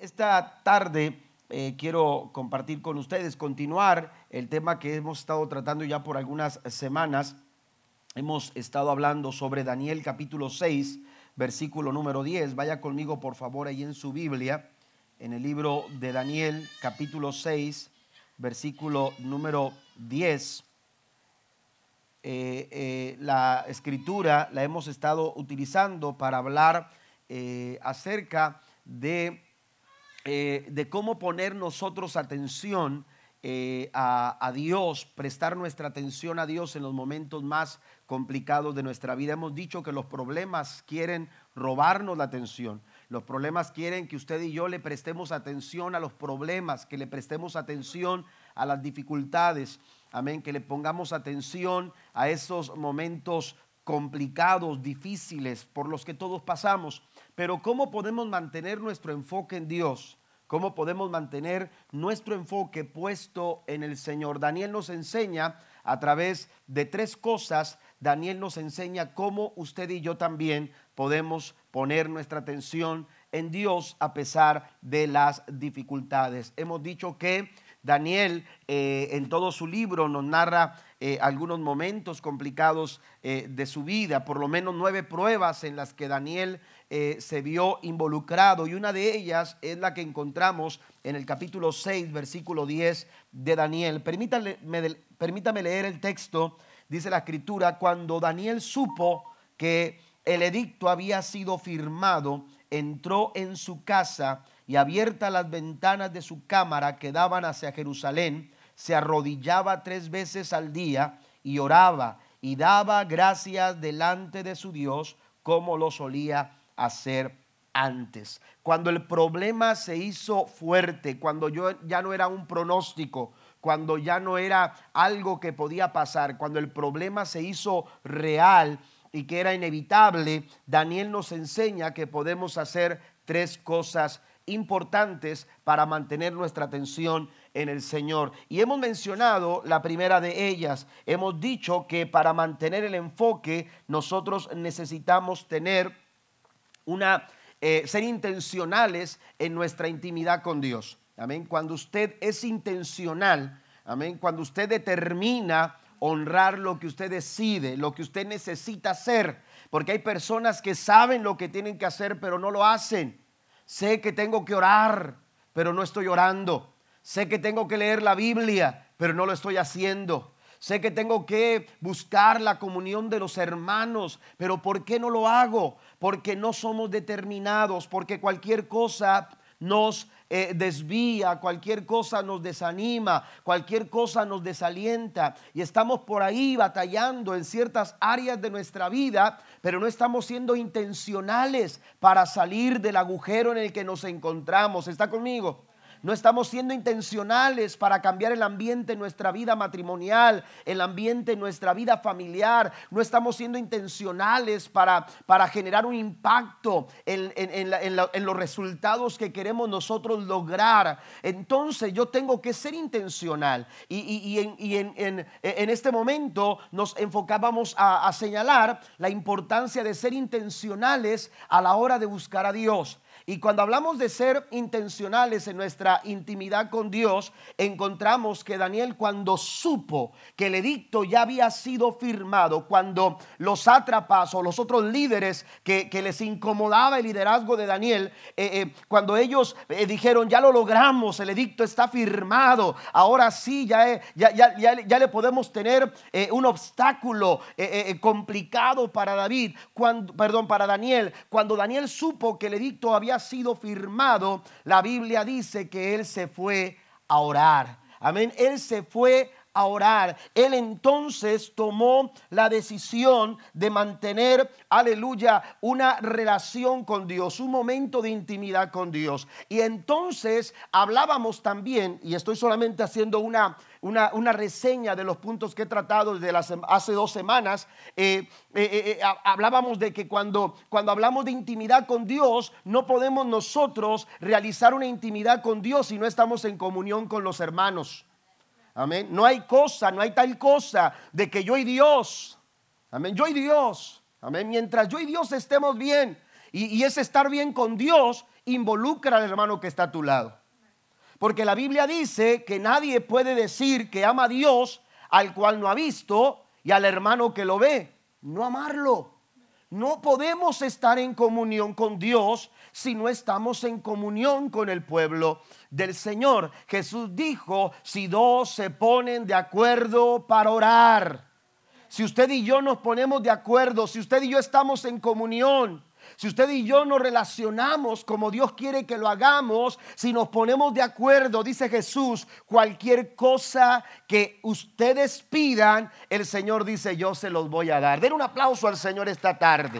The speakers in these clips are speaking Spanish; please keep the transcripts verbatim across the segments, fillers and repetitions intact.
esta tarde eh, quiero compartir con ustedes, continuar el tema que hemos estado tratando ya por algunas semanas. Hemos estado hablando sobre Daniel capítulo seis, versículo número diez. Vaya conmigo por favor ahí en su Biblia, en el libro de Daniel capítulo seis, versículo número diez. Eh, eh, la escritura la hemos estado utilizando para hablar eh, acerca de, eh, de cómo poner nosotros atención eh, a, a Dios, prestar nuestra atención a Dios en los momentos más complicados de nuestra vida. Hemos dicho que los problemas quieren robarnos la atención. Los problemas quieren que usted y yo le prestemos atención a los problemas, que le prestemos atención a las dificultades. Amén, que le pongamos atención a esos momentos complicados, difíciles por los que todos pasamos. Pero ¿cómo podemos mantener nuestro enfoque en Dios? ¿Cómo podemos mantener nuestro enfoque puesto en el Señor? Daniel nos enseña a través de tres cosas. Daniel nos enseña cómo usted y yo también podemos poner nuestra atención en Dios a pesar de las dificultades. Hemos dicho que Daniel eh, en todo su libro nos narra eh, algunos momentos complicados eh, de su vida, por lo menos nueve pruebas en las que Daniel eh, se vio involucrado, y una de ellas es la que encontramos en el capítulo seis, versículo diez de Daniel. Permítame, permítame leer el texto. Dice la escritura: cuando Daniel supo que el edicto había sido firmado, entró en su casa y, abiertas las ventanas de su cámara que daban hacia Jerusalén, se arrodillaba tres veces al día y oraba y daba gracias delante de su Dios, como lo solía hacer antes. Cuando el problema se hizo fuerte, cuando yo ya no era un pronóstico, cuando ya no era algo que podía pasar, cuando el problema se hizo real y que era inevitable, Daniel nos enseña que podemos hacer tres cosas importantes para mantener nuestra atención en el Señor. Y hemos mencionado la primera de ellas. Hemos dicho que para mantener el enfoque nosotros necesitamos tener una, eh, ser intencionales en nuestra intimidad con Dios. Amén. Cuando usted es intencional, amén, cuando usted determina honrar lo que usted decide, lo que usted necesita hacer, porque hay personas que saben lo que tienen que hacer pero no lo hacen. Sé que tengo que orar, pero no estoy orando. Sé que tengo que leer la Biblia, pero no lo estoy haciendo. Sé que tengo que buscar la comunión de los hermanos, pero ¿por qué no lo hago? Porque no somos determinados, porque cualquier cosa nos eh, desvía, cualquier cosa nos desanima, cualquier cosa nos desalienta, y estamos por ahí batallando en ciertas áreas de nuestra vida, pero no estamos siendo intencionales para salir del agujero en el que nos encontramos. ¿Está conmigo? No estamos siendo intencionales para cambiar el ambiente en nuestra vida matrimonial, el ambiente en nuestra vida familiar. No estamos siendo intencionales para, para generar un impacto en, en, en, la, en, la, en los resultados que queremos nosotros lograr. Entonces yo tengo que ser intencional. Y, y, y, en, y en, en, en este momento nos enfocábamos a, a señalar la importancia de ser intencionales a la hora de buscar a Dios. Y cuando hablamos de ser intencionales en nuestra intimidad con Dios, encontramos que Daniel, cuando supo que el edicto ya había sido firmado, cuando los sátrapas o los otros líderes que, que les incomodaba el liderazgo de Daniel, eh, eh, cuando ellos eh, dijeron: ya lo logramos, el edicto está firmado, ahora sí ya, eh, ya, ya, ya, ya le podemos tener eh, un obstáculo eh, eh, complicado para David, cuando, perdón, para Daniel. Cuando Daniel supo que el edicto había sido firmado, la Biblia dice que él se fue a orar. Amén. Él se fue a orar. Él entonces tomó la decisión de mantener, aleluya, una relación con Dios, un momento de intimidad con Dios. Y entonces hablábamos también, y estoy solamente haciendo una Una, una reseña de los puntos que he tratado desde las, hace dos semanas. eh, eh, eh, hablábamos de que cuando, cuando hablamos de intimidad con Dios, no podemos nosotros realizar una intimidad con Dios si no estamos en comunión con los hermanos. Amén. No hay cosa, no hay tal cosa de que yo y Dios, amén, yo y Dios, amén, mientras yo y Dios estemos bien, y, y es estar bien con Dios involucra al hermano que está a tu lado. Porque la Biblia dice que nadie puede decir que ama a Dios al cual no ha visto y al hermano que lo ve, no amarlo. No podemos estar en comunión con Dios si no estamos en comunión con el pueblo del Señor. Jesús dijo, si dos se ponen de acuerdo para orar, si usted y yo nos ponemos de acuerdo, si usted y yo estamos en comunión, si usted y yo nos relacionamos como Dios quiere que lo hagamos, si nos ponemos de acuerdo, dice Jesús, cualquier cosa que ustedes pidan, el Señor dice, yo se los voy a dar. Den un aplauso al Señor esta tarde.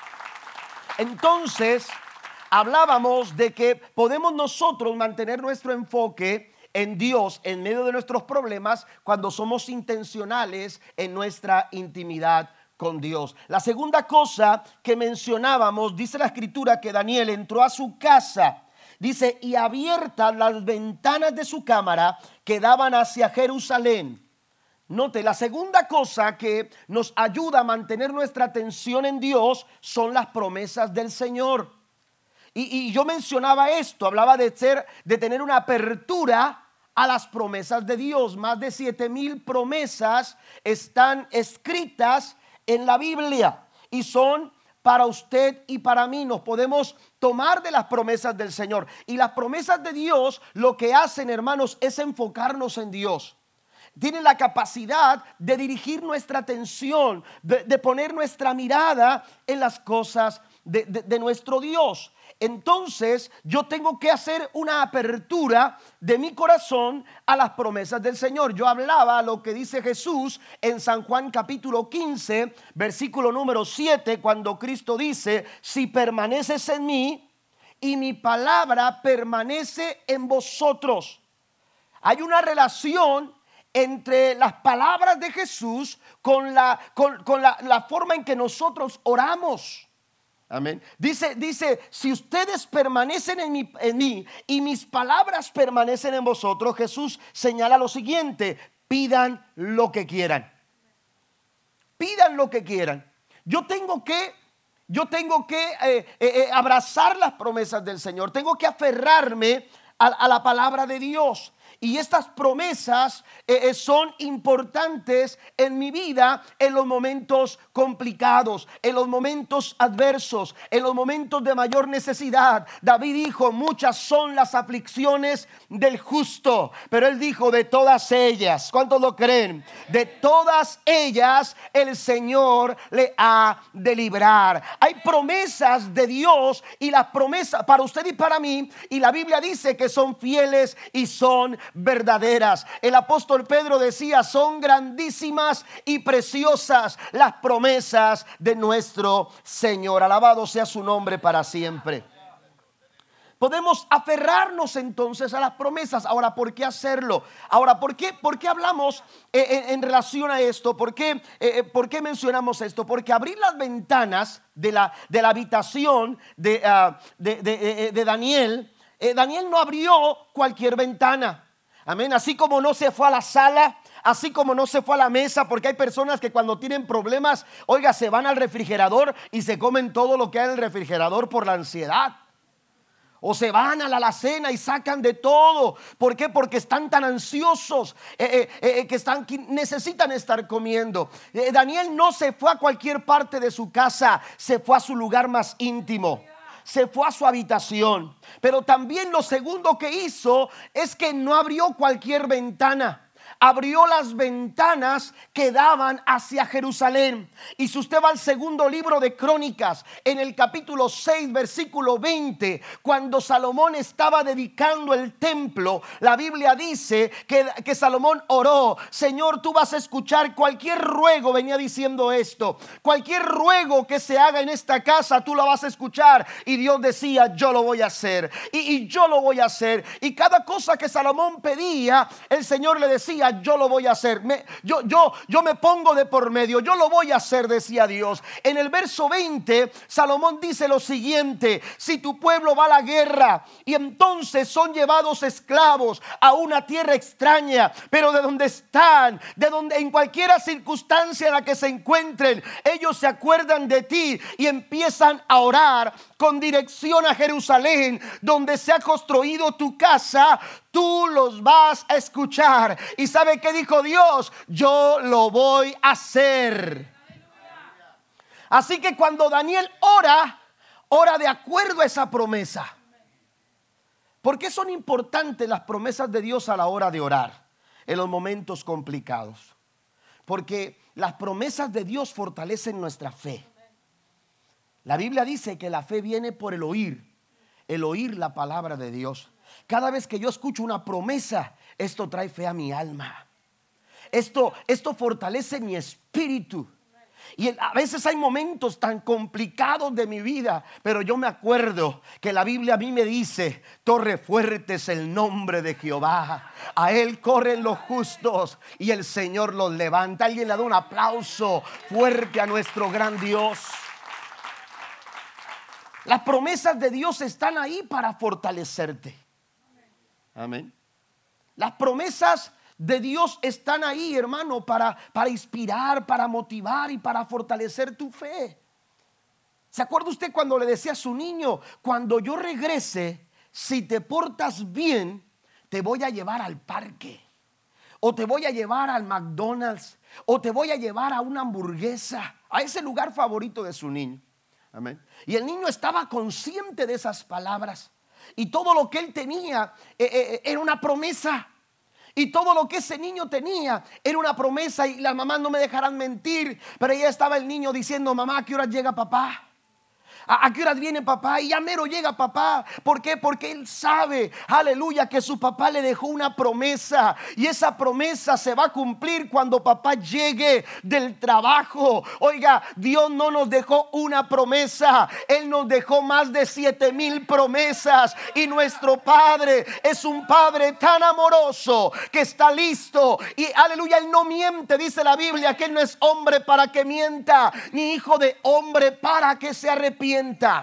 Entonces, hablábamos de que podemos nosotros mantener nuestro enfoque en Dios en medio de nuestros problemas cuando somos intencionales en nuestra intimidad con Dios. La segunda cosa que mencionábamos, dice la escritura que Daniel entró a su casa, dice, y abiertas las ventanas de su cámara que daban hacia Jerusalén. Note, la segunda cosa que nos ayuda a mantener nuestra atención en Dios son las promesas del Señor. Y, y yo mencionaba esto, hablaba de ser, de tener una apertura a las promesas de Dios. Más de siete mil promesas están escritas en la Biblia y son para usted y para mí. Nos podemos tomar de las promesas del Señor, y las promesas de Dios lo que hacen, hermanos, es enfocarnos en Dios. Tienen la capacidad de dirigir nuestra atención, de, de poner nuestra mirada en las cosas de, de, de nuestro Dios. Entonces yo tengo que hacer una apertura de mi corazón a las promesas del Señor. Yo hablaba lo que dice Jesús en San Juan capítulo quince, versículo número siete, cuando Cristo dice, si permaneces en mí y mi palabra permanece en vosotros. Hay una relación entre las palabras de Jesús con la, con, con la, la forma en que nosotros oramos. Amén. Dice, dice, si ustedes permanecen en mí, en mí y mis palabras permanecen en vosotros, Jesús señala lo siguiente: pidan lo que quieran. Pidan lo que quieran. Yo tengo que, yo tengo que eh, eh, eh, abrazar las promesas del Señor. Tengo que aferrarme a, a la palabra de Dios. Y estas promesas eh, son importantes en mi vida en los momentos complicados, en los momentos adversos, en los momentos de mayor necesidad. David dijo, muchas son las aflicciones del justo, pero él dijo, de todas ellas, ¿cuántos lo creen? De todas ellas el Señor le ha de librar. Hay promesas de Dios, y las promesas para usted y para mí, y la Biblia dice que son fieles y son verdaderas. El apóstol Pedro decía, son grandísimas y preciosas las promesas de nuestro Señor. Alabado sea su nombre para siempre. Podemos aferrarnos entonces a las promesas. Ahora, ¿por qué hacerlo? Ahora, ¿por qué, por qué hablamos eh, en, en relación a esto? ¿Por qué, eh, ¿Por qué mencionamos esto? Porque abrir las ventanas de la, de la habitación de, uh, de, de, de, de Daniel, eh, Daniel no abrió cualquier ventana. Amén. Así como no se fue a la sala, así como no se fue a la mesa, porque hay personas que cuando tienen problemas, oiga, se van al refrigerador y se comen todo lo que hay en el refrigerador por la ansiedad. O se van a la alacena y sacan de todo. ¿Por qué? Porque están tan ansiosos eh, eh, eh, que, están, que necesitan estar comiendo. eh, Daniel no se fue a cualquier parte de su casa, se fue a su lugar más íntimo. Se fue a su habitación. Pero también lo segundo que hizo es que no abrió cualquier ventana. Abrió las ventanas que daban hacia Jerusalén. Y si usted va al segundo libro de Crónicas, en el capítulo seis, versículo veinte, cuando Salomón estaba dedicando el templo, la Biblia dice que, que Salomón oró, Señor, tú vas a escuchar cualquier ruego, venía diciendo esto, cualquier ruego que se haga en esta casa, tú lo vas a escuchar. Y Dios decía, yo lo voy a hacer, y, y yo lo voy a hacer. Y cada cosa que Salomón pedía, el Señor le decía, diga, yo lo voy a hacer. Me, yo, yo, yo me pongo de por medio, yo lo voy a hacer, decía Dios. En el verso veinte, Salomón dice lo siguiente: si tu pueblo va a la guerra y entonces son llevados esclavos a una tierra extraña, pero de donde están, de donde en cualquier circunstancia en la que se encuentren, ellos se acuerdan de ti y empiezan a orar con dirección a Jerusalén, donde se ha construido tu casa, tú los vas a escuchar. ¿Y sabe qué dijo Dios? Yo lo voy a hacer. Así que cuando Daniel ora, ora de acuerdo a esa promesa. ¿Por qué son importantes las promesas de Dios a la hora de orar en los momentos complicados? Porque las promesas de Dios fortalecen nuestra fe. La Biblia dice que la fe viene por el oír, el oír la palabra de Dios. Cada vez que yo escucho una promesa, esto trae fe a mi alma. Esto, esto fortalece mi espíritu. Y a veces hay momentos tan complicados de mi vida, pero yo me acuerdo que la Biblia a mí me dice: torre fuerte es el nombre de Jehová, a él corren los justos y el Señor los levanta. Alguien le da un aplauso fuerte a nuestro gran Dios. Las promesas de Dios están ahí para fortalecerte. Amén. Las promesas de Dios están ahí, hermano, para, para inspirar, para motivar y para fortalecer tu fe. ¿Se acuerda usted cuando le decía a su niño: cuando yo regrese, si te portas bien, te voy a llevar al parque, o te voy a llevar al McDonald's, o te voy a llevar a una hamburguesa, a ese lugar favorito de su niño? Amén. Y el niño estaba consciente de esas palabras, y todo lo que él tenía eh, eh, era una promesa. Y todo lo que ese niño tenía era una promesa. Y las mamás no me dejarán mentir, pero ya estaba el niño diciendo: mamá, ¿a qué hora llega papá? ¿A qué horas viene papá? Y ya mero llega papá. ¿Por qué? Porque él sabe, aleluya, que su papá le dejó una promesa, y esa promesa se va a cumplir cuando papá llegue del trabajo. Oiga, Dios no nos dejó una promesa, Él nos dejó más de siete mil promesas. Y nuestro Padre es un Padre tan amoroso que está listo. Y aleluya, Él no miente. Dice la Biblia que Él no es hombre para que mienta, ni hijo de hombre para que se arrepienta.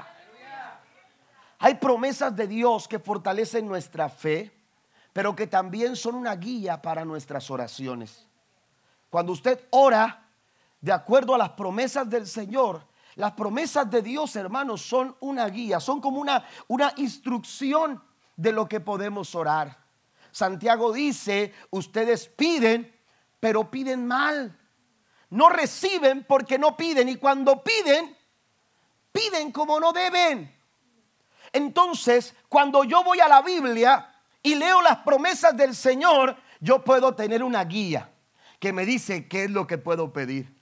Hay promesas de Dios que fortalecen nuestra fe, pero que también son una guía para nuestras oraciones. Cuando usted ora de acuerdo a las promesas del Señor, las promesas de Dios, hermanos, son una guía, son como una, una instrucción de lo que podemos orar. Santiago dice: ustedes piden, pero piden mal. No reciben porque no piden, y cuando piden, piden como no deben. Entonces, cuando yo voy a la Biblia y leo las promesas del Señor, yo puedo tener una guía que me dice qué es lo que puedo pedir.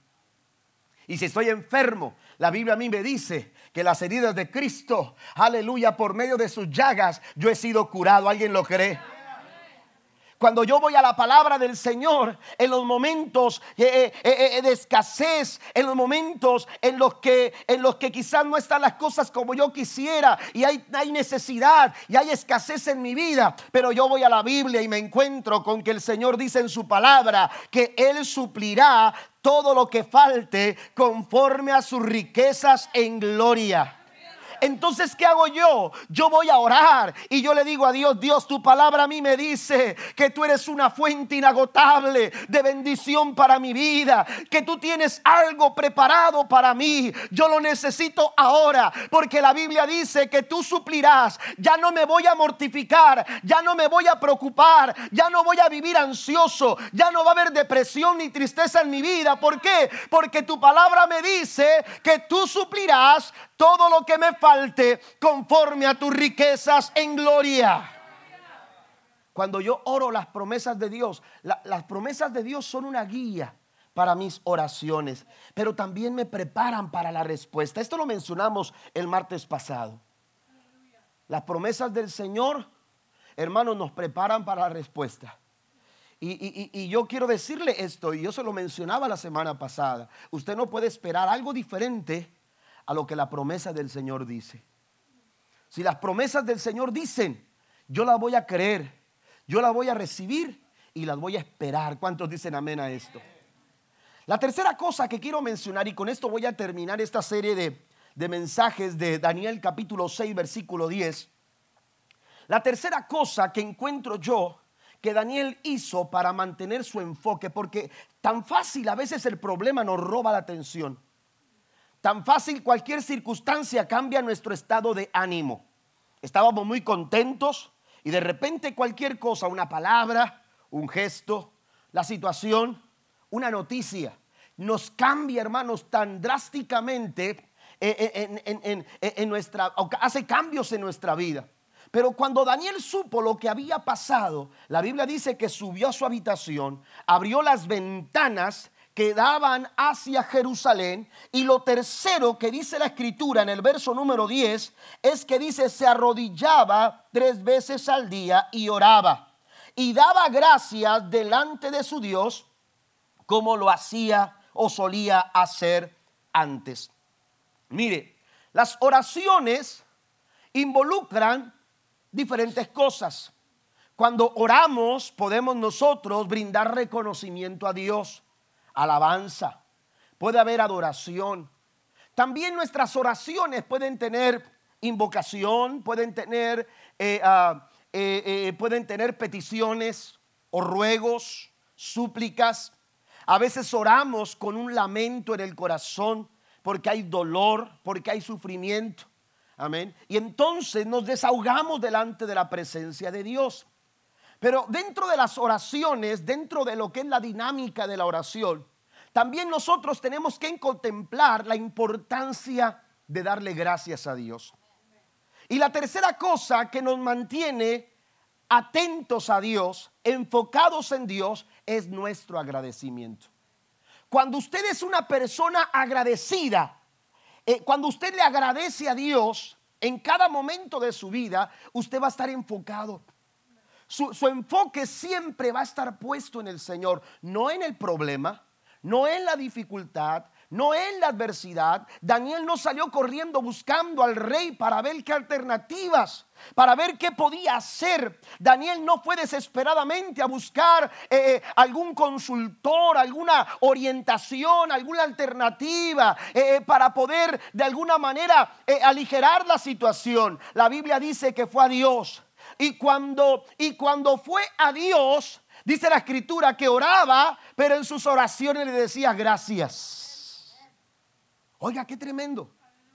Y si estoy enfermo, la Biblia a mí me dice que las heridas de Cristo, aleluya, por medio de sus llagas yo he sido curado. ¿Alguien lo cree? Cuando yo voy a la palabra del Señor, en los momentos eh, eh, eh, de escasez, en los momentos en los que, en los que quizás no están las cosas como yo quisiera, y hay, hay necesidad y hay escasez en mi vida, pero yo voy a la Biblia y me encuentro con que el Señor dice en su palabra que Él suplirá todo lo que falte conforme a sus riquezas en gloria. Entonces, ¿qué hago yo? Yo voy a orar y yo le digo a Dios: Dios, tu palabra a mí me dice que tú eres una fuente inagotable de bendición para mi vida, que tú tienes algo preparado para mí. Yo lo necesito ahora, porque la Biblia dice que tú suplirás. Ya no me voy a mortificar, ya no me voy a preocupar, ya no voy a vivir ansioso, ya no va a haber depresión ni tristeza en mi vida. ¿Por qué? Porque tu palabra me dice que tú suplirás todo lo que me falte conforme a tus riquezas en gloria. Cuando yo oro las promesas de Dios, la, las promesas de Dios son una guía para mis oraciones, pero también me preparan para la respuesta. Esto lo mencionamos el martes pasado. Las promesas del Señor, hermanos, nos preparan para la respuesta. Y, y, y yo quiero decirle esto, y yo se lo mencionaba la semana pasada: usted no puede esperar algo diferente a lo que la promesa del Señor dice. Si las promesas del Señor dicen, yo las voy a creer, yo las voy a recibir, y las voy a esperar. ¿Cuántos dicen amén a esto? La tercera cosa que quiero mencionar, y con esto voy a terminar esta serie de, de mensajes de Daniel capítulo seis versículo diez. La tercera cosa que encuentro yo que Daniel hizo para mantener su enfoque, porque tan fácil a veces el problema nos roba la atención, tan fácil cualquier circunstancia cambia nuestro estado de ánimo. Estábamos muy contentos y de repente cualquier cosa, una palabra, un gesto, la situación, una noticia, nos cambia, hermanos, tan drásticamente en, en, en, en nuestra, hace cambios en nuestra vida. Pero cuando Daniel supo lo que había pasado, la Biblia dice que subió a su habitación, abrió las ventanas que daban hacia Jerusalén, y lo tercero que dice la escritura en el verso número diez es que dice: se arrodillaba tres veces al día y oraba y daba gracias delante de su Dios, como lo hacía o solía hacer antes. Mire, las oraciones involucran diferentes cosas. Cuando oramos podemos nosotros brindar reconocimiento a Dios, alabanza, puede haber adoración. También nuestras oraciones pueden tener invocación, pueden tener eh, uh, eh, eh, pueden tener peticiones o ruegos, súplicas. A veces oramos con un lamento en el corazón porque hay dolor, porque hay sufrimiento. Amén. Y entonces nos desahogamos delante de la presencia de Dios. Pero dentro de las oraciones, dentro de lo que es la dinámica de la oración, también nosotros tenemos que contemplar la importancia de darle gracias a Dios. Y la tercera cosa que nos mantiene atentos a Dios, enfocados en Dios, es nuestro agradecimiento. Cuando usted es una persona agradecida, eh, cuando usted le agradece a Dios en cada momento de su vida, usted va a estar enfocado. Su, su enfoque siempre va a estar puesto en el Señor, no en el problema, no en la dificultad, no en la adversidad. Daniel no salió corriendo buscando al rey para ver qué alternativas, para ver qué podía hacer. Daniel no fue desesperadamente a buscar eh, algún consultor, alguna orientación, alguna alternativa eh, para poder de alguna manera eh, aligerar la situación. La Biblia dice que fue a Dios. Y cuando, y cuando fue a Dios, dice la escritura que oraba, pero en sus oraciones le decía gracias. Oiga, qué tremendo.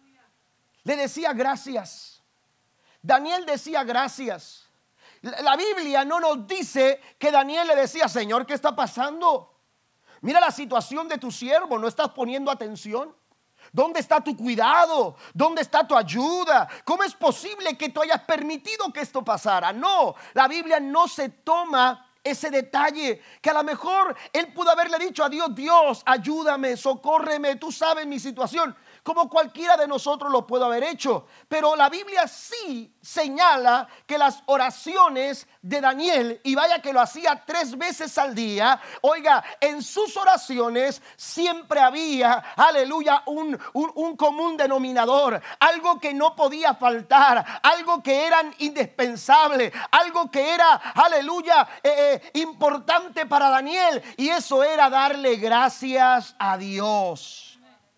Le decía gracias. Daniel decía gracias. La Biblia no nos dice que Daniel le decía: Señor, ¿qué está pasando? Mira la situación de tu siervo, ¿no estás poniendo atención? ¿Dónde está tu cuidado? ¿Dónde está tu ayuda? ¿Cómo es posible que tú hayas permitido que esto pasara? No, la Biblia no se toma ese detalle, que a lo mejor él pudo haberle dicho a Dios: Dios, ayúdame, socórreme, tú sabes mi situación, como cualquiera de nosotros lo puede haber hecho. Pero la Biblia sí señala que las oraciones de Daniel, y vaya que lo hacía tres veces al día, oiga, en sus oraciones siempre había, aleluya, un, un, un común denominador, algo que no podía faltar, algo que era indispensable, algo que era, aleluya, eh, eh, importante para Daniel, y eso era darle gracias a Dios.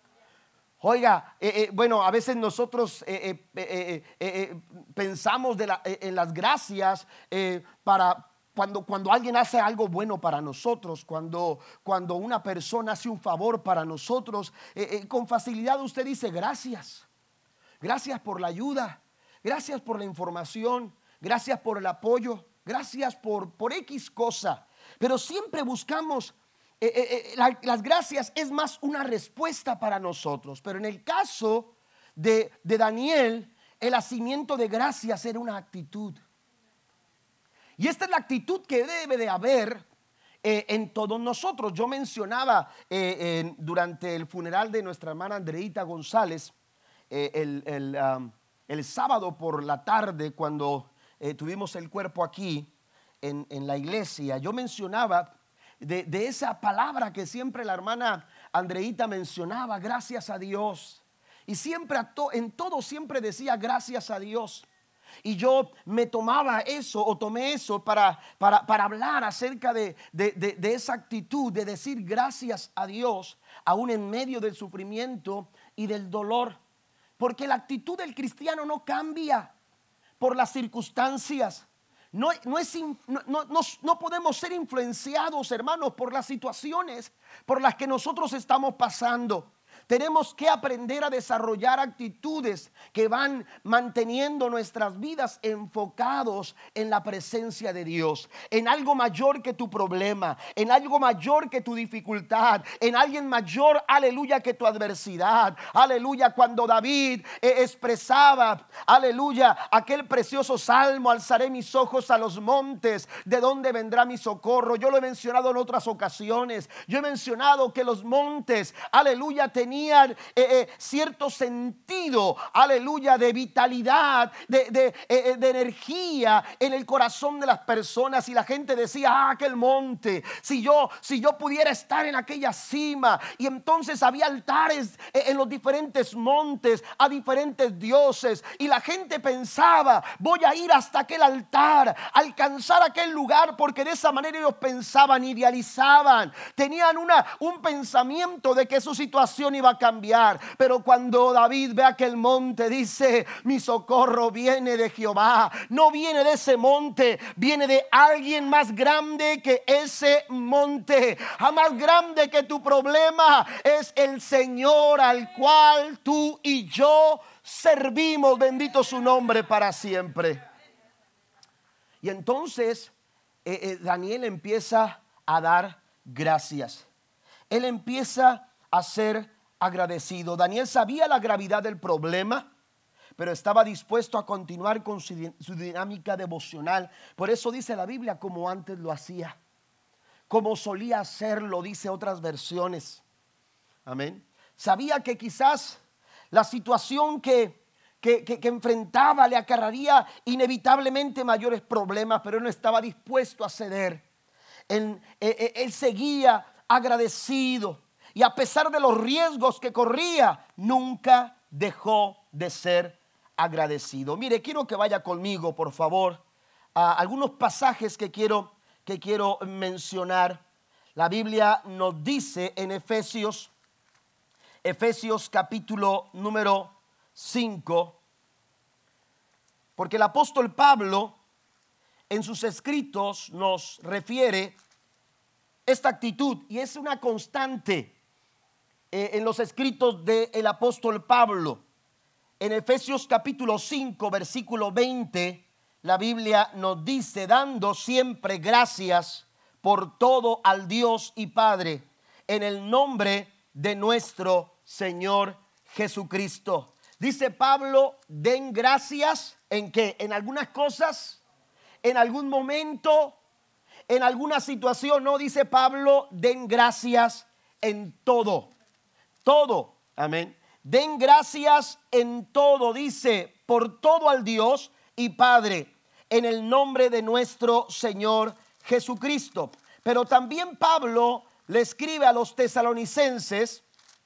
Oiga, eh, eh, bueno, a veces nosotros eh, eh, eh, eh, eh, pensamos de la, eh, en las gracias eh, para cuando, cuando alguien hace algo bueno para nosotros, cuando, cuando una persona hace un favor para nosotros, eh, eh, con facilidad usted dice gracias, gracias por la ayuda, gracias por la información, gracias por el apoyo, gracias por, por X cosa, pero siempre buscamos Eh, eh, eh, la, las gracias es más una respuesta para nosotros. Pero en el caso de, de Daniel, el hacimiento de gracias era una actitud. Y esta es la actitud que debe de haber eh, en todos nosotros. Yo mencionaba eh, eh, durante el funeral de nuestra hermana Andreita González, eh, el, el, um, el sábado por la tarde, cuando eh, tuvimos el cuerpo aquí en, en la iglesia, yo mencionaba De, de esa palabra que siempre la hermana Andreita mencionaba: gracias a Dios. Y siempre a to, en todo siempre decía gracias a Dios. Y yo me tomaba eso o tomé eso para, para, para hablar acerca de, de, de, de esa actitud de decir gracias a Dios aún en medio del sufrimiento y del dolor. Porque la actitud del cristiano no cambia por las circunstancias. No, no, es, no, no, no podemos ser influenciados, hermanos, por las situaciones por las que nosotros estamos pasando. Tenemos que aprender a desarrollar actitudes que van manteniendo nuestras vidas enfocados en la presencia de Dios, en algo mayor que tu problema, en algo mayor que tu dificultad, en alguien mayor, aleluya, que tu adversidad. Aleluya, cuando David eh, expresaba, aleluya, aquel precioso salmo, alzaré mis ojos a los montes, ¿de dónde vendrá mi socorro? Yo lo he mencionado en otras ocasiones. Yo he mencionado que los montes, aleluya, tenían Tenían eh, eh, cierto sentido, aleluya, de vitalidad, de, de, eh, de energía en el corazón de las personas. Y la gente decía, ah, aquel monte, si yo, si yo pudiera estar en aquella cima. Y entonces había altares eh, en los diferentes montes a diferentes dioses. Y la gente pensaba, voy a ir hasta aquel altar, alcanzar aquel lugar, porque de esa manera ellos pensaban, idealizaban, tenían una, un pensamiento de que su situación iba a cambiar. Pero cuando David ve aquel monte, dice, mi socorro viene de Jehová. No viene de ese monte, viene de alguien más grande que ese monte. A más grande que tu problema es el Señor al cual tú y yo servimos. Bendito su nombre para siempre. Y entonces eh, eh, Daniel empieza a dar gracias. Él empieza a ser agradecido. Daniel sabía la gravedad del problema, pero estaba dispuesto a continuar con su, su dinámica devocional. Por eso dice la Biblia, como antes lo hacía, como solía hacerlo, dice otras versiones. Amén. Sabía que quizás la situación que, que, que, que enfrentaba le acarrearía inevitablemente mayores problemas, pero él no estaba dispuesto a ceder. Él, él, él seguía agradecido. Y a pesar de los riesgos que corría, nunca dejó de ser agradecido. Mire, quiero que vaya conmigo, por favor, a algunos pasajes que quiero, que quiero mencionar. La Biblia nos dice en Efesios, Efesios capítulo número cinco, porque el apóstol Pablo en sus escritos nos refiere esta actitud, y es una constante Eh, en los escritos del apóstol Pablo. En Efesios capítulo cinco versículo veinte, la Biblia nos dice, dando siempre gracias por todo al Dios y Padre en el nombre de nuestro Señor Jesucristo. Dice Pablo, den gracias en qué, en algunas cosas, en algún momento, en alguna situación. No, dice Pablo, den gracias en todo. Todo, amén. Den gracias en todo, dice, por todo al Dios y Padre, en el nombre de nuestro Señor Jesucristo. Pero también Pablo le escribe a los tesalonicenses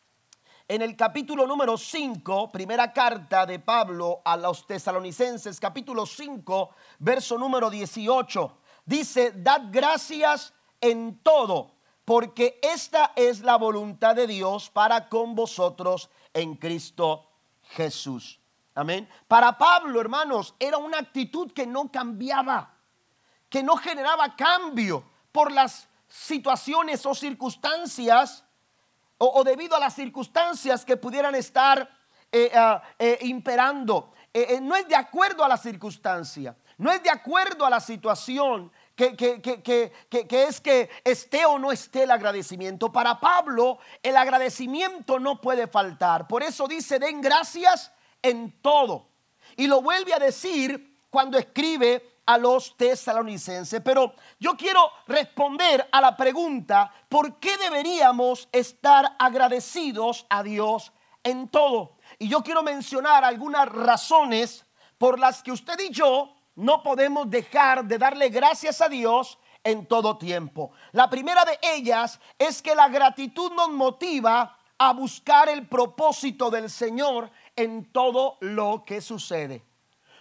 en el capítulo número cinco, primera carta de Pablo a los tesalonicenses, capítulo cinco, verso número dieciocho. Dice, dad gracias en todo, porque esta es la voluntad de Dios para con vosotros en Cristo Jesús. Amén. Para Pablo, hermanos, era una actitud que no cambiaba, que no generaba cambio por las situaciones o circunstancias o, o debido a las circunstancias que pudieran estar eh, uh, eh, imperando. Eh, eh, no es de acuerdo a la circunstancia, no es de acuerdo a la situación que, que, que, que, que, que es que esté o no esté el agradecimiento. Para Pablo el agradecimiento no puede faltar. Por eso dice, den gracias en todo. Y lo vuelve a decir cuando escribe a los tesalonicenses. Pero yo quiero responder a la pregunta, ¿por qué deberíamos estar agradecidos a Dios en todo? Y yo quiero mencionar algunas razones por las que usted y yo no podemos dejar de darle gracias a Dios en todo tiempo. La primera de ellas es que la gratitud nos motiva a buscar el propósito del Señor en todo lo que sucede.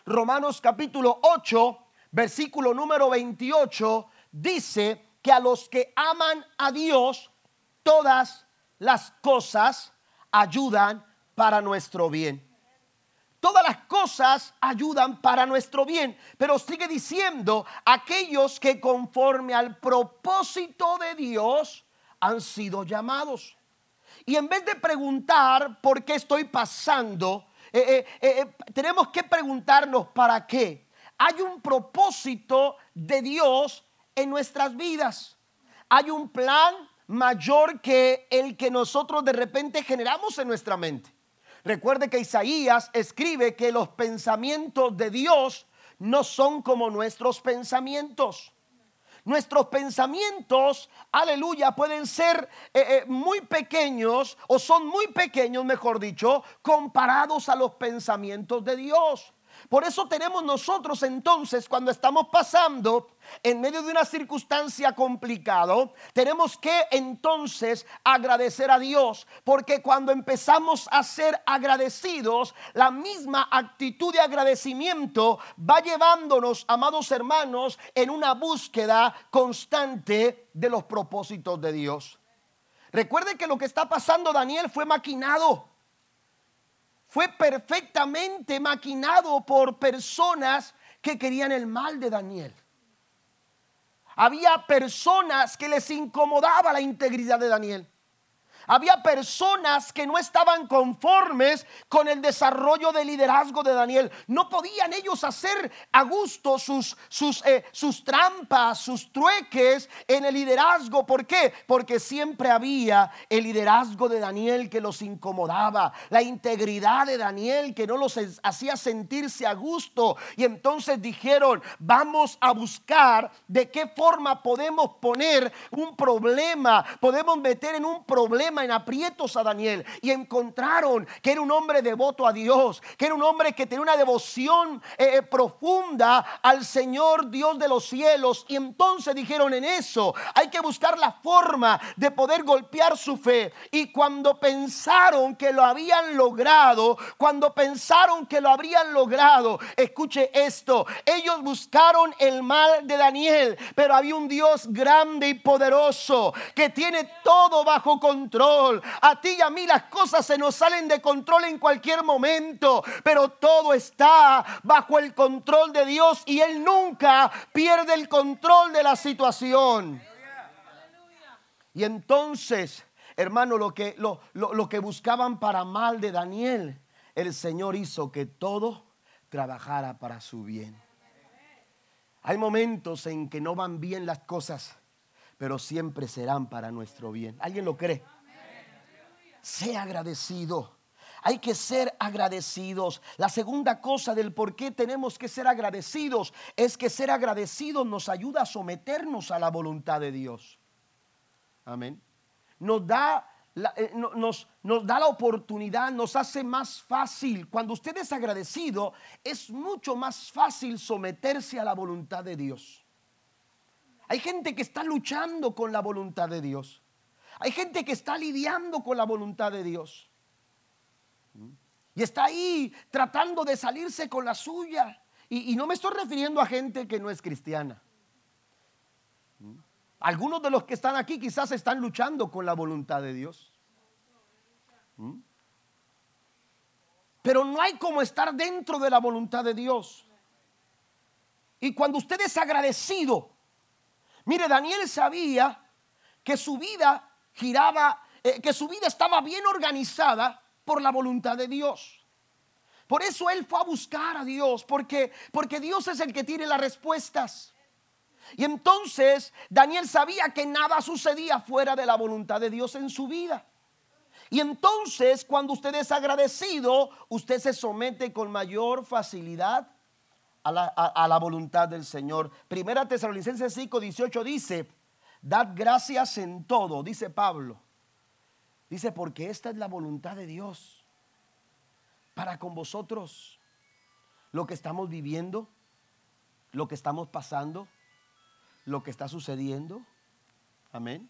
Romanos capítulo ocho, versículo número veintiocho, dice que a los que aman a Dios, todas las cosas ayudan para nuestro bien. Todas las cosas ayudan para nuestro bien, pero sigue diciendo, aquellos que conforme al propósito de Dios han sido llamados. Y en vez de preguntar por qué estoy pasando, eh, eh, eh, tenemos que preguntarnos para qué. Hay un propósito de Dios en nuestras vidas. Hay un plan mayor que el que nosotros de repente generamos en nuestra mente. Recuerde que Isaías escribe que los pensamientos de Dios no son como nuestros pensamientos. Nuestros pensamientos, aleluya, pueden ser eh, eh, muy pequeños, o son muy pequeños, mejor dicho, comparados a los pensamientos de Dios. Por eso tenemos nosotros entonces, cuando estamos pasando en medio de una circunstancia complicada, tenemos que entonces agradecer a Dios, porque cuando empezamos a ser agradecidos, la misma actitud de agradecimiento va llevándonos, amados hermanos, en una búsqueda constante de los propósitos de Dios. Recuerden que lo que está pasando Daniel fue maquinado. Fue perfectamente maquinado por personas que querían el mal de Daniel. Había personas que les incomodaba la integridad de Daniel. Había personas que no estaban conformes con el desarrollo de liderazgo de Daniel. No podían ellos hacer a gusto sus, sus, eh, sus trampas, sus trueques en el liderazgo. ¿Por qué? Porque siempre había el liderazgo de Daniel que los incomodaba, la integridad de Daniel que no los hacía sentirse a gusto. Y entonces dijeron, vamos a buscar de qué forma podemos poner un problema, podemos meter en un problema, en aprietos a Daniel. Y encontraron que era un hombre devoto a Dios, que era un hombre que tenía una devoción eh, profunda al Señor Dios de los cielos. Y entonces dijeron, en eso hay que buscar la forma de poder golpear su fe. Y cuando pensaron que lo habían logrado, cuando pensaron que lo habrían logrado, escuche esto, ellos buscaron el mal de Daniel, pero había un Dios grande y poderoso que tiene todo bajo control. A ti y a mí las cosas se nos salen de control en cualquier momento, pero todo está bajo el control de Dios y Él nunca pierde el control de la situación. Y entonces, hermano, lo que, lo, lo, lo que buscaban para mal de Daniel, el Señor hizo que todo trabajara para su bien. Hay momentos en que no van bien las cosas, pero siempre serán para nuestro bien. ¿Alguien lo cree? Sea agradecido. Hay que ser agradecidos. La segunda cosa del por qué tenemos que ser agradecidos es que ser agradecidos nos ayuda a someternos a la voluntad de Dios. Amén. Nos da la, eh, no, nos, nos da la oportunidad, nos hace más fácil. Cuando usted es agradecido, es mucho más fácil someterse a la voluntad de Dios. Hay gente que está luchando con la voluntad de Dios. Hay gente que está lidiando con la voluntad de Dios y está ahí tratando de salirse con la suya. Y, y no me estoy refiriendo a gente que no es cristiana. Algunos de los que están aquí quizás están luchando con la voluntad de Dios. Pero no hay como estar dentro de la voluntad de Dios. Y cuando usted es agradecido, mire, Daniel sabía que su vida giraba, eh, que su vida estaba bien organizada por la voluntad de Dios. Por eso él fue a buscar a Dios, porque, porque Dios es el que tiene las respuestas. Y entonces Daniel sabía que nada sucedía fuera de la voluntad de Dios en su vida. Y entonces cuando usted es agradecido, usted se somete con mayor facilidad a la, a, a la voluntad del Señor. Primera Tesalonicenses cinco dieciocho dice: dad gracias en todo, dice Pablo. Dice, porque esta es la voluntad de Dios para con vosotros. Lo que estamos viviendo, lo que estamos pasando, lo que está sucediendo. Amén.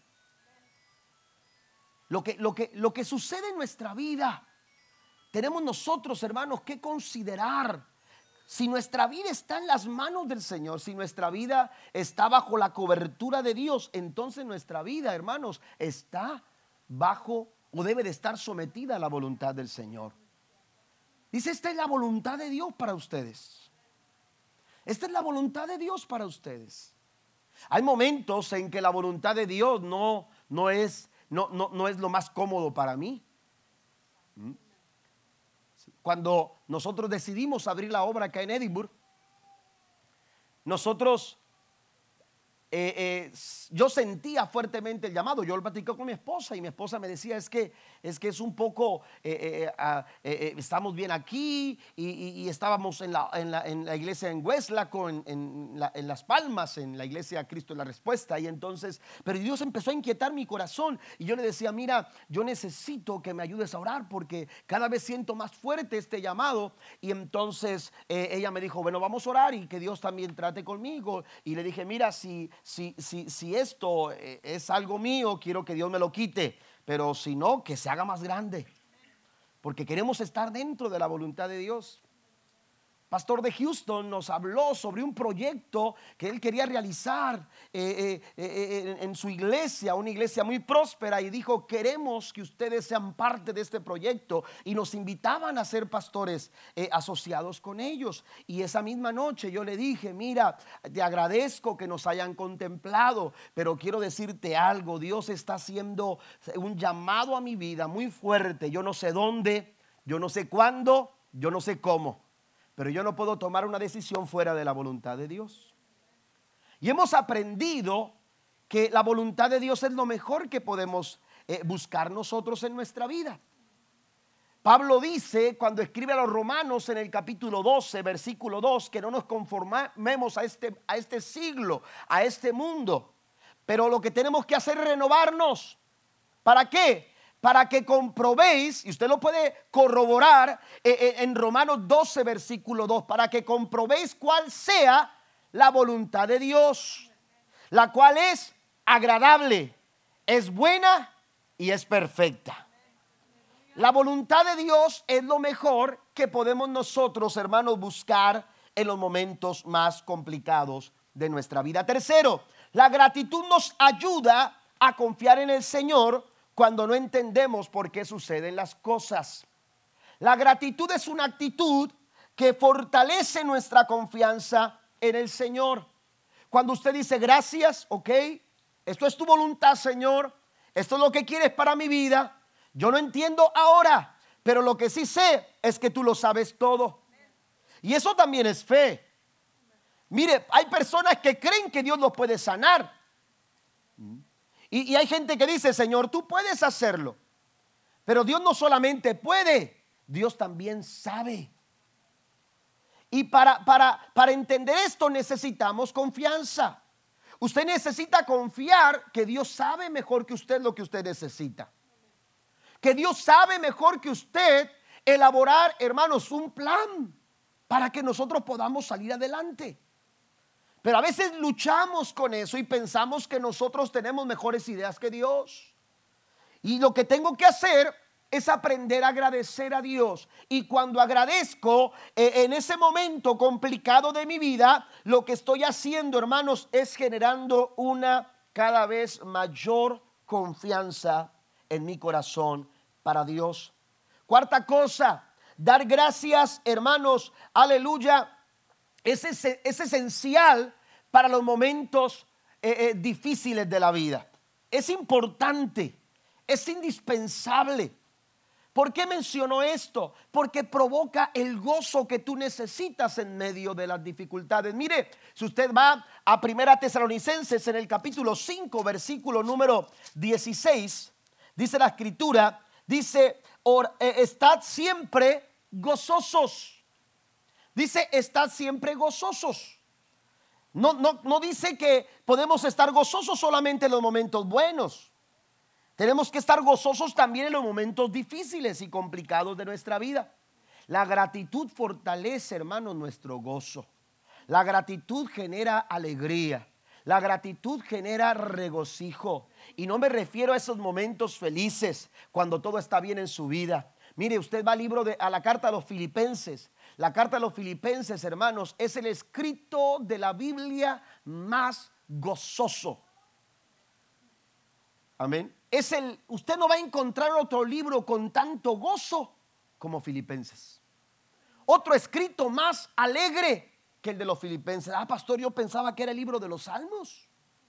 Lo que, lo que, lo que sucede en nuestra vida, tenemos nosotros, hermanos, que considerar si nuestra vida está en las manos del Señor, si nuestra vida está bajo la cobertura de Dios, entonces nuestra vida, hermanos, está bajo o debe de estar sometida a la voluntad del Señor. Dice, esta es la voluntad de Dios para ustedes. Esta es la voluntad de Dios para ustedes. Hay momentos en que la voluntad de Dios no, no, es, no, no, no es lo más cómodo para mí. Cuando nosotros decidimos abrir la obra acá en Edinburgh, nosotros, eh, eh, yo sentía fuertemente el llamado. Yo lo platicé con mi esposa y mi esposa me decía, es que es, que es un poco, eh, eh, uh, eh, estamos bien aquí y, y, y estábamos en la, en, la, en la iglesia en Westlaco, en, en, la, en Las Palmas, en la iglesia Cristo es la Respuesta. Y entonces, pero Dios empezó a inquietar mi corazón y yo le decía, mira, yo necesito que me ayudes a orar porque cada vez siento más fuerte este llamado. Y entonces eh, ella me dijo, bueno, vamos a orar y que Dios también trate conmigo. Y le dije, mira, si, si, si, si esto eh, es algo mío, quiero que Dios me lo quite, pero si no, que se haga más grande, porque queremos estar dentro de la voluntad de Dios. Pastor de Houston nos habló sobre un proyecto que él quería realizar eh, eh, eh, en, en su iglesia, una iglesia muy próspera, y dijo, queremos que ustedes sean parte de este proyecto, y nos invitaban a ser pastores eh, asociados con ellos. Y esa misma noche yo le dije, mira, te agradezco que nos hayan contemplado, pero quiero decirte algo, Dios está haciendo un llamado a mi vida muy fuerte. Yo no sé dónde, yo no sé cuándo, yo no sé cómo, pero yo no puedo tomar una decisión fuera de la voluntad de Dios. Y hemos aprendido que la voluntad de Dios es lo mejor que podemos eh, buscar nosotros en nuestra vida. Pablo dice cuando escribe a los Romanos en el capítulo doce, versículo dos, que no nos conformemos a este, a este siglo, a este mundo, pero lo que tenemos que hacer es renovarnos. ¿Para qué? Para que comprobéis, y usted lo puede corroborar eh, eh, en Romanos doce, versículo dos, para que comprobéis cuál sea la voluntad de Dios, la cual es agradable, es buena y es perfecta. La voluntad de Dios es lo mejor que podemos nosotros, hermanos, buscar en los momentos más complicados de nuestra vida. Tercero, la gratitud nos ayuda a confiar en el Señor cuando no entendemos por qué suceden las cosas. La gratitud es una actitud que fortalece nuestra confianza en el Señor. Cuando usted dice gracias, ok, esto es tu voluntad, Señor, esto es lo que quieres para mi vida. Yo no entiendo ahora, pero lo que sí sé es que tú lo sabes todo. Y eso también es fe. Mire, hay personas que creen que Dios los puede sanar. Y, y hay gente que dice, Señor, tú puedes hacerlo. Pero Dios no solamente puede, Dios también sabe. Y para, para, para entender esto necesitamos confianza. Usted necesita confiar que Dios sabe mejor que usted lo que usted necesita. Que Dios sabe mejor que usted elaborar, hermanos, un plan para que nosotros podamos salir adelante. Pero a veces luchamos con eso y pensamos que nosotros tenemos mejores ideas que Dios. Y lo que tengo que hacer es aprender a agradecer a Dios. Y cuando agradezco, eh, en ese momento complicado de mi vida, lo que estoy haciendo, hermanos, es generando una cada vez mayor confianza en mi corazón para Dios. Cuarta cosa, dar gracias, hermanos, aleluya, es, es, es esencial para los momentos eh, eh, difíciles de la vida. Es importante, es indispensable. ¿Por qué menciono esto? Porque provoca el gozo que tú necesitas en medio de las dificultades. Mire, si usted va a Primera Tesalonicenses en el capítulo cinco, versículo número dieciséis, dice la escritura, dice, or, eh, estad siempre gozosos. Dice, estad siempre gozosos. No, no, no dice que podemos estar gozosos solamente en los momentos buenos. Tenemos que estar gozosos también en los momentos difíciles y complicados de nuestra vida. La gratitud fortalece, hermanos, nuestro gozo. La gratitud genera alegría. La gratitud genera regocijo. Y no me refiero a esos momentos felices cuando todo está bien en su vida. Mire, usted va al libro de, a la carta a los Filipenses. La carta a los Filipenses, hermanos, es el escrito de la Biblia más gozoso. Amén. Es el, usted no va a encontrar otro libro con tanto gozo como Filipenses. Otro escrito más alegre que el de los Filipenses. Ah, pastor, yo pensaba que era el libro de los Salmos.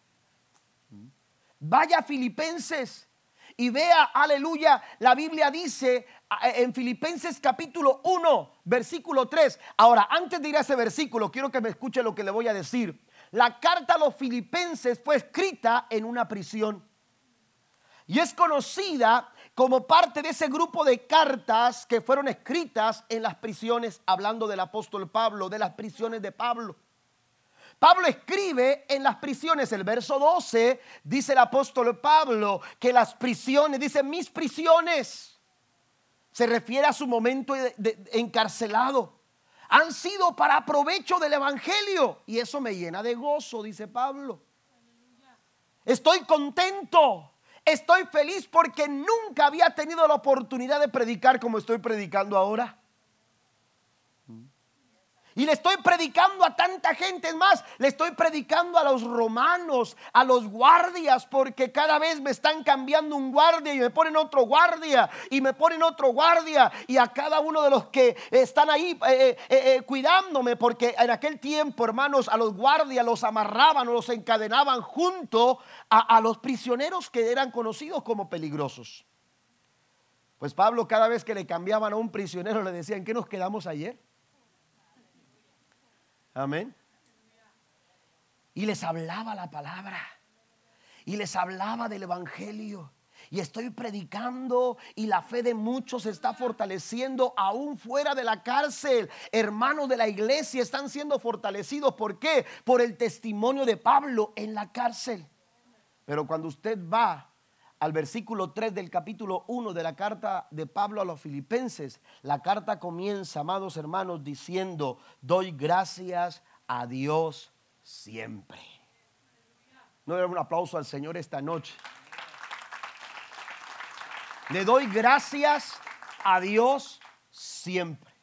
Vaya a Filipenses y vea, aleluya, la Biblia dice en Filipenses capítulo uno, versículo tres. Ahora, antes de ir a ese versículo, quiero que me escuche lo que le voy a decir. La carta a los Filipenses fue escrita en una prisión y es conocida como parte de ese grupo de cartas que fueron escritas en las prisiones, hablando del apóstol Pablo, de las prisiones de Pablo. Pablo escribe en las prisiones, el verso doce, dice el apóstol Pablo que las prisiones, dice mis prisiones, se refiere a su momento de, de, encarcelado, han sido para provecho del evangelio y eso me llena de gozo, dice Pablo. Estoy contento. Estoy feliz porque nunca había tenido la oportunidad de predicar como estoy predicando ahora. Y le estoy predicando a tanta gente. Es más, le estoy predicando a los romanos, a los guardias, porque cada vez me están cambiando un guardia y me ponen otro guardia y me ponen otro guardia, y a cada uno de los que están ahí eh, eh, eh, cuidándome, porque en aquel tiempo, hermanos, a los guardias los amarraban o los encadenaban junto a, a los prisioneros que eran conocidos como peligrosos. Pues Pablo, cada vez que le cambiaban a un prisionero, le decían: ¿en qué nos quedamos ayer? Amén. Y les hablaba la palabra y les hablaba del evangelio. Y estoy predicando y la fe de muchos se está fortaleciendo aún fuera de la cárcel. Hermanos de la iglesia están siendo fortalecidos. ¿Por qué? Por el testimonio de Pablo en la cárcel. Pero cuando usted va al versículo tres del capítulo uno de la carta de Pablo a los Filipenses, la carta comienza, amados hermanos, diciendo: doy gracias a Dios siempre. No le doy un aplauso al Señor esta noche. Le doy gracias a Dios siempre.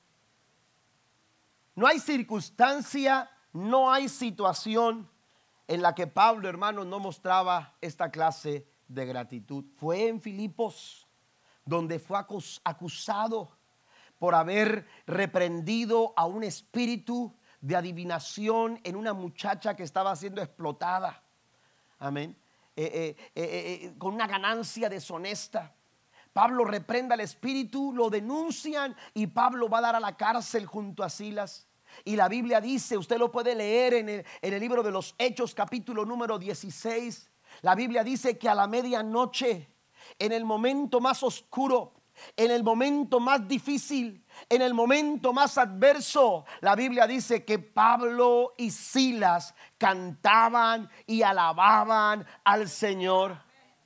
No hay circunstancia, no hay situación en la que Pablo, hermanos, no mostraba esta clase de gratitud. Fue en Filipos donde fue acusado por haber reprendido a un espíritu de adivinación en una muchacha que estaba siendo explotada. Amén. Eh, eh, eh, eh, con una ganancia deshonesta. Pablo reprende al espíritu, lo denuncian y Pablo va a dar a la cárcel junto a Silas. Y la Biblia dice, usted lo puede leer en el, en el libro de los Hechos, capítulo número dieciséis. La Biblia dice que a la medianoche, en el momento más oscuro, en el momento más difícil, en el momento más adverso, la Biblia dice que Pablo y Silas cantaban y alababan al Señor.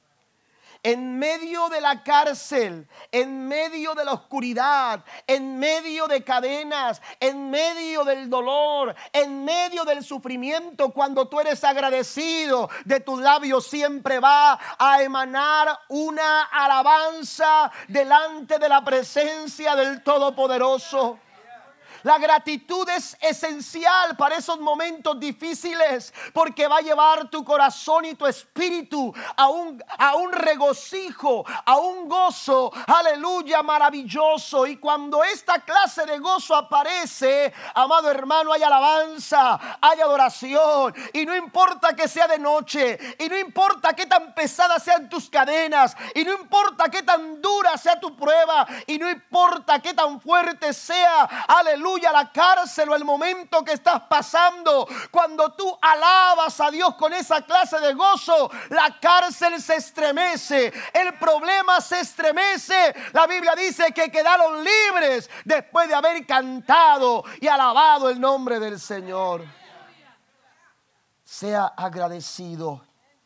En medio de la cárcel, en medio de la oscuridad, en medio de cadenas, en medio del dolor, en medio del sufrimiento, cuando tú eres agradecido, de tus labios siempre va a emanar una alabanza delante de la presencia del Todopoderoso. La gratitud es esencial para esos momentos difíciles, porque va a llevar tu corazón y tu espíritu a un, a un regocijo, a un gozo, aleluya, maravilloso. Y cuando esta clase de gozo aparece, amado hermano, hay alabanza, hay adoración. Y no importa que sea de noche, y no importa qué tan pesadas sean tus cadenas, y no importa qué tan dura sea tu prueba, y no importa qué tan fuerte sea, aleluya, la cárcel o el momento que estás pasando, cuando tú alabas a Dios con esa clase de gozo, la cárcel se estremece, el problema se estremece. La Biblia dice que quedaron libres después de haber cantado y alabado el nombre del Señor. Sea agradecido.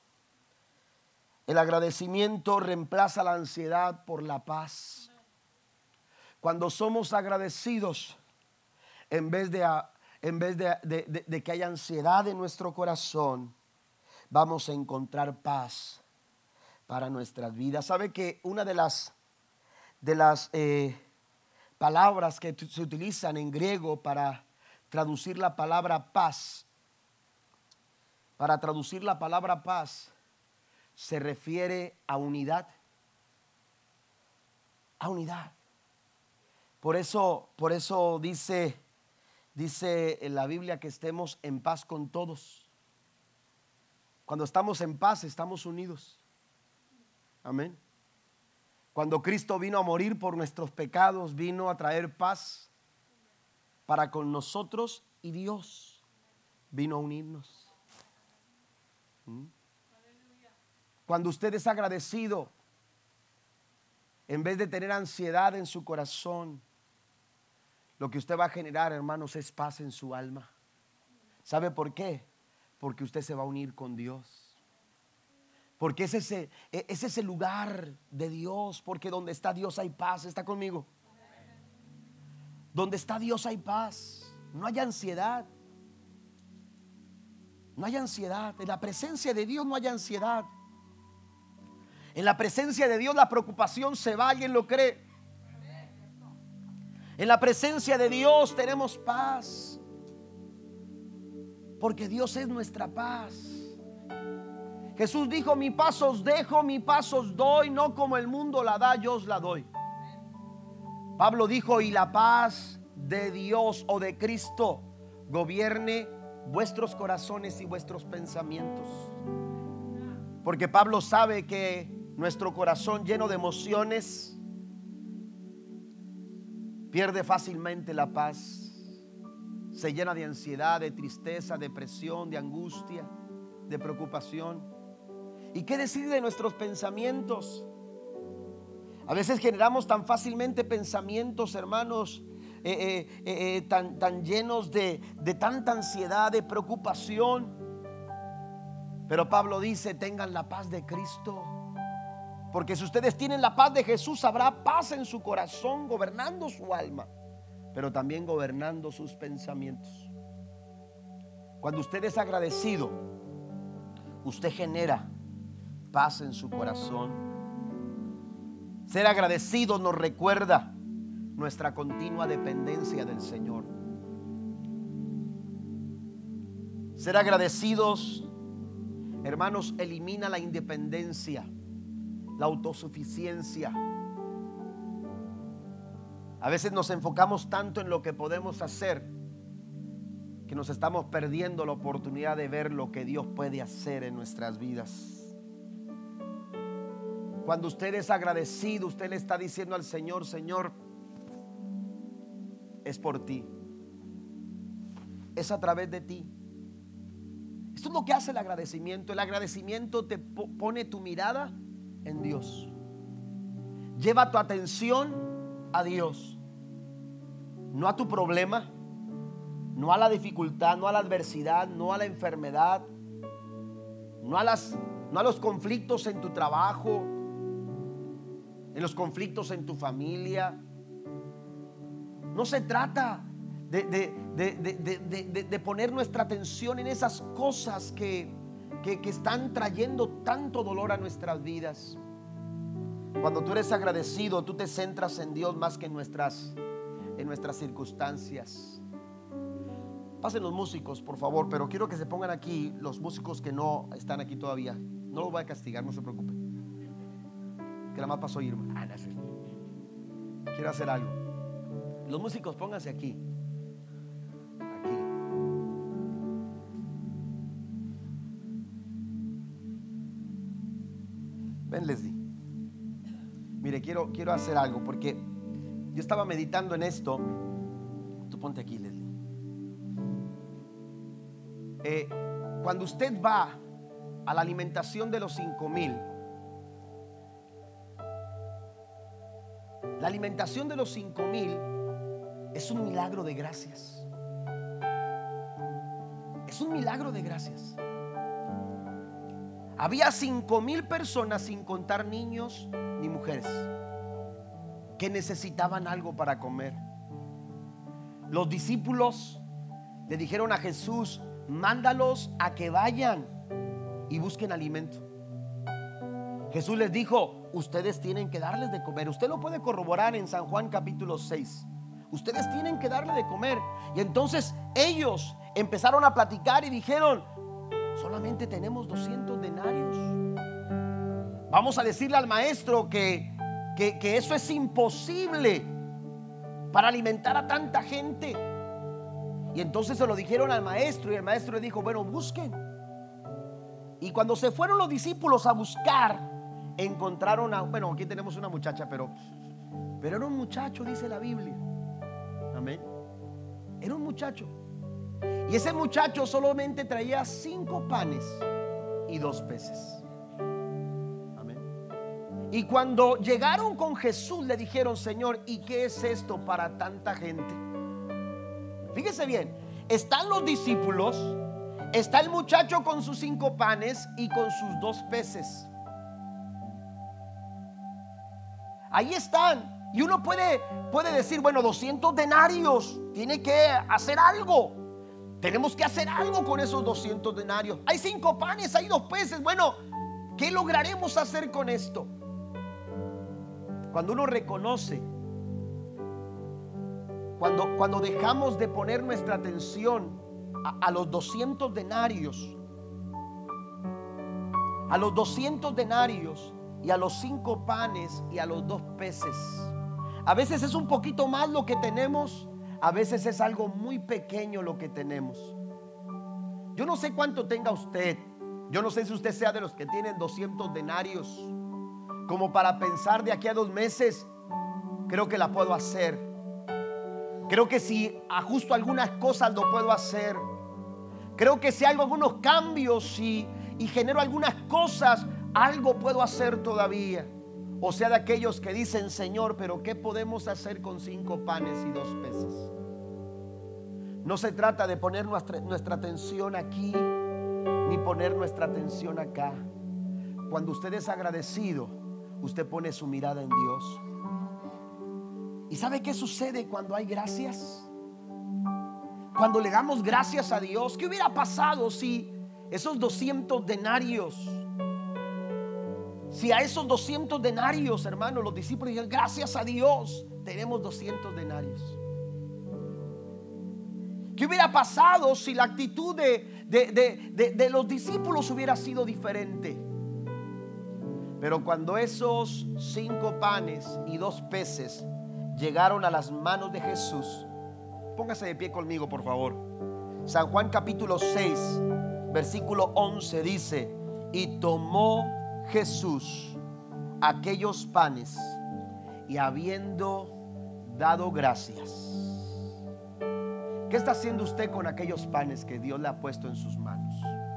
El agradecimiento reemplaza la ansiedad por la paz. Cuando somos agradecidos, En vez, de, en vez de, de, de, de que haya ansiedad en nuestro corazón, vamos a encontrar paz para nuestras vidas. ¿Sabe que una de las, de las eh, palabras que se utilizan en griego para traducir la palabra paz. Para traducir la palabra paz se refiere a unidad. A unidad. Por eso, por eso dice, dice en la Biblia que estemos en paz con todos. Cuando estamos en paz, estamos unidos. Amén. Cuando Cristo vino a morir por nuestros pecados, vino a traer paz para con nosotros, y Dios vino a unirnos. ¿Mm? Cuando usted es agradecido, en vez de tener ansiedad en su corazón, lo que usted va a generar, hermanos, es paz en su alma. ¿Sabe por qué? Porque usted se va a unir con Dios. Porque es ese, es ese lugar de Dios. Porque donde está Dios hay paz. ¿Está conmigo? Donde está Dios hay paz. No hay ansiedad. No hay ansiedad. En la presencia de Dios no hay ansiedad. En la presencia de Dios la preocupación se va. ¿Alguien lo cree? En la presencia de Dios tenemos paz. Porque Dios es nuestra paz. Jesús dijo: mi paz os dejo, mi paz os doy, no como el mundo la da, yo os la doy. Pablo dijo: y la paz de Dios o de Cristo gobierne vuestros corazones y vuestros pensamientos. Porque Pablo sabe que nuestro corazón lleno de emociones pierde fácilmente la paz. Se llena de ansiedad, de tristeza, depresión, de angustia, de preocupación. ¿Y qué decir de nuestros pensamientos? A veces generamos tan fácilmente pensamientos, hermanos, eh, eh, eh, eh, tan, tan llenos de, de tanta ansiedad, de preocupación. Pero Pablo dice: tengan la paz de Cristo. Porque si ustedes tienen la paz de Jesús, habrá paz en su corazón, gobernando su alma, pero también gobernando sus pensamientos. Cuando usted es agradecido, usted genera paz en su corazón. Ser agradecido nos recuerda nuestra continua dependencia del Señor. Ser agradecidos, hermanos, elimina la independencia, la autosuficiencia. A veces nos enfocamos tanto en lo que podemos hacer que nos estamos perdiendo la oportunidad de ver lo que Dios puede hacer en nuestras vidas. Cuando usted es agradecido, usted le está diciendo al Señor: Señor, es por ti, es a través de ti. Esto es lo que hace el agradecimiento. El agradecimiento te pone tu mirada en Dios. Lleva tu atención a Dios, no a tu problema, no a la dificultad, no a la adversidad, no a la enfermedad, no a las, no a los conflictos en tu trabajo, en los conflictos en tu familia. No se trata de, de, de, de, de, de, de poner nuestra atención en esas cosas que, que, que están trayendo tanto dolor a nuestras vidas. Cuando tú eres agradecido, tú te centras en Dios más que en nuestras, en nuestras circunstancias. Pasen los músicos, por favor, pero quiero que se pongan aquí los músicos que no están aquí todavía. No los voy a castigar, no se preocupen. Que nada más pasó Irma. Ah, no sé. Quiero hacer algo. Los músicos, pónganse aquí. Aquí. Ven, Leslie. Mire, quiero, quiero hacer algo porque yo estaba meditando en esto. Tú ponte aquí, Leslie. Eh, cuando usted va a la alimentación de los cinco mil, la alimentación de los cinco mil es un milagro de gracias. Es un milagro de gracias. Había cinco mil personas, sin contar niños ni mujeres, que necesitaban algo para comer. Los discípulos le dijeron a Jesús: mándalos a que vayan y busquen alimento. Jesús les dijo: ustedes tienen que darles de comer. Usted lo puede corroborar en San Juan capítulo seis. Ustedes tienen que darle de comer. Y entonces ellos empezaron a platicar y dijeron: solamente tenemos doscientos denarios. Vamos a decirle al maestro que, que, que eso es imposible para alimentar a tanta gente. Y entonces se lo dijeron al maestro, y el maestro le dijo: bueno, busquen. Y cuando se fueron los discípulos a buscar, encontraron a, bueno, aquí tenemos una muchacha, pero, pero era un muchacho, dice la Biblia. Amén. Era un muchacho. Y ese muchacho solamente traía cinco panes y dos peces. Amén. Y cuando llegaron con Jesús, le dijeron: Señor, ¿y qué es esto para tanta gente? Fíjese bien, están los discípulos, está el muchacho con sus cinco panes y con sus dos peces. Ahí están. Y uno puede, puede decir: bueno, doscientos denarios, tiene que hacer algo. Tenemos que hacer algo con esos doscientos denarios. Hay cinco panes, hay dos peces. Bueno, ¿qué lograremos hacer con esto? Cuando uno reconoce, cuando, cuando dejamos de poner nuestra atención a, a los doscientos denarios, a los doscientos denarios y a los cinco panes y a los dos peces. A veces es un poquito más lo que tenemos, a veces es algo muy pequeño lo que tenemos. Yo no sé cuánto tenga usted. Yo no sé si usted sea de los que tienen doscientos denarios, como para pensar: de aquí a dos meses creo que la puedo hacer. Creo que si ajusto algunas cosas lo puedo hacer. Creo que si hago algunos cambios y, y genero algunas cosas, algo puedo hacer todavía. O sea, de aquellos que dicen: Señor, pero ¿qué podemos hacer con cinco panes y dos peces? No se trata de poner nuestra, nuestra atención aquí, ni poner nuestra atención acá. Cuando usted es agradecido, usted pone su mirada en Dios. ¿Y sabe qué sucede cuando hay gracias? Cuando le damos gracias a Dios. ¿Qué hubiera pasado si esos doscientos denarios, si a esos doscientos denarios, hermanos, los discípulos dijeron: gracias a Dios, tenemos doscientos denarios? ¿Qué hubiera pasado si la actitud de, de, de, de, de los discípulos hubiera sido diferente? Pero cuando esos cinco panes y dos peces llegaron a las manos de Jesús, póngase de pie conmigo, por favor. San Juan capítulo seis, versículo once dice: y tomó Jesús aquellos panes y habiendo dado gracias. ¿Qué está haciendo usted con aquellos panes que Dios le ha puesto en sus manos?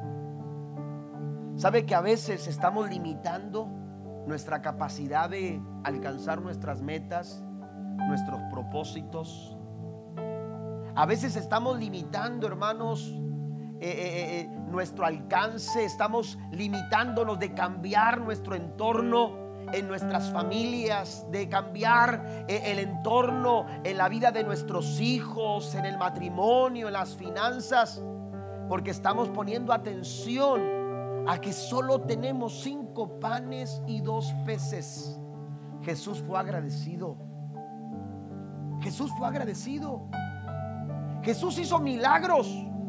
¿Sabe que a veces estamos limitando nuestra capacidad de alcanzar nuestras metas, nuestros propósitos? A veces estamos limitando, hermanos, eh, eh, eh, nuestro alcance. Estamos limitándonos de cambiar nuestro entorno en nuestras familias, de cambiar eh, el entorno en la vida de nuestros hijos, en el matrimonio, en las finanzas, porque estamos poniendo atención a que solo tenemos cinco panes y dos peces. Jesús fue agradecido. Jesús fue agradecido. Jesús hizo milagros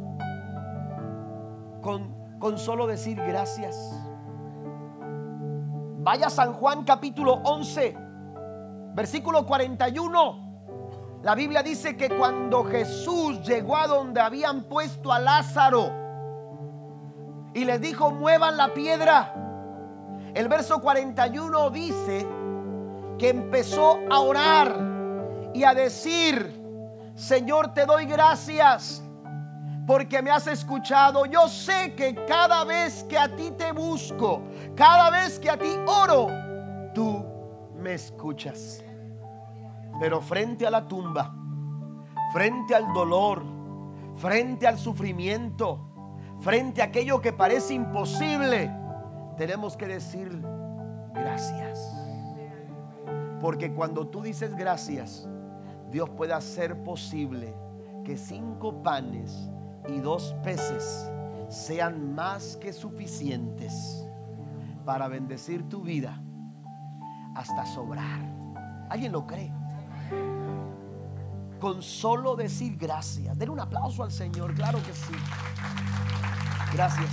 con, con solo decir gracias. Vaya a San Juan capítulo once, versículo cuarenta y uno. La Biblia dice que cuando Jesús llegó a donde habían puesto a Lázaro y les dijo: muevan la piedra, el verso cuarenta y uno dice que empezó a orar y a decir: Señor, te doy gracias porque me has escuchado. Yo sé que cada vez que a ti te busco, cada vez que a ti oro, tú me escuchas. Pero frente a la tumba, frente al dolor, frente al sufrimiento, frente a aquello que parece imposible, tenemos que decir gracias. Porque cuando tú dices gracias, Dios puede hacer posible que cinco panes y dos peces sean más que suficientes para bendecir tu vida hasta sobrar. ¿Alguien lo cree? Con solo decir gracias. Den un aplauso al Señor, claro que sí. Gracias.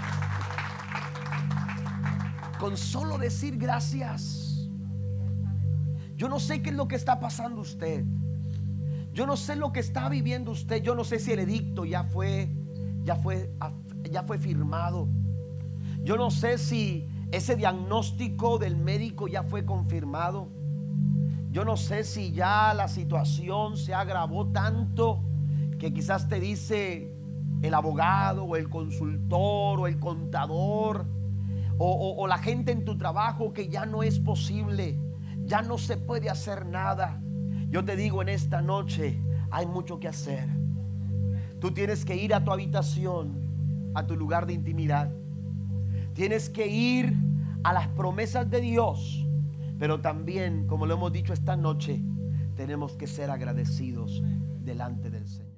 Con solo decir gracias. Yo no sé qué es lo que está pasando usted. Yo no sé lo que está viviendo usted. Yo no sé si el edicto ya fue, ya fue, ya fue firmado. Yo no sé si ese diagnóstico del médico ya fue confirmado. Yo no sé si ya la situación se agravó tanto que quizás te dice el abogado o el consultor o el contador o, o, o la gente en tu trabajo que ya no es posible, ya no se puede hacer nada. Yo te digo en esta noche, hay mucho que hacer. Tú tienes que ir a tu habitación, a tu lugar de intimidad. Tienes que ir a las promesas de Dios. Pero también, como lo hemos dicho esta noche, tenemos que ser agradecidos delante del Señor.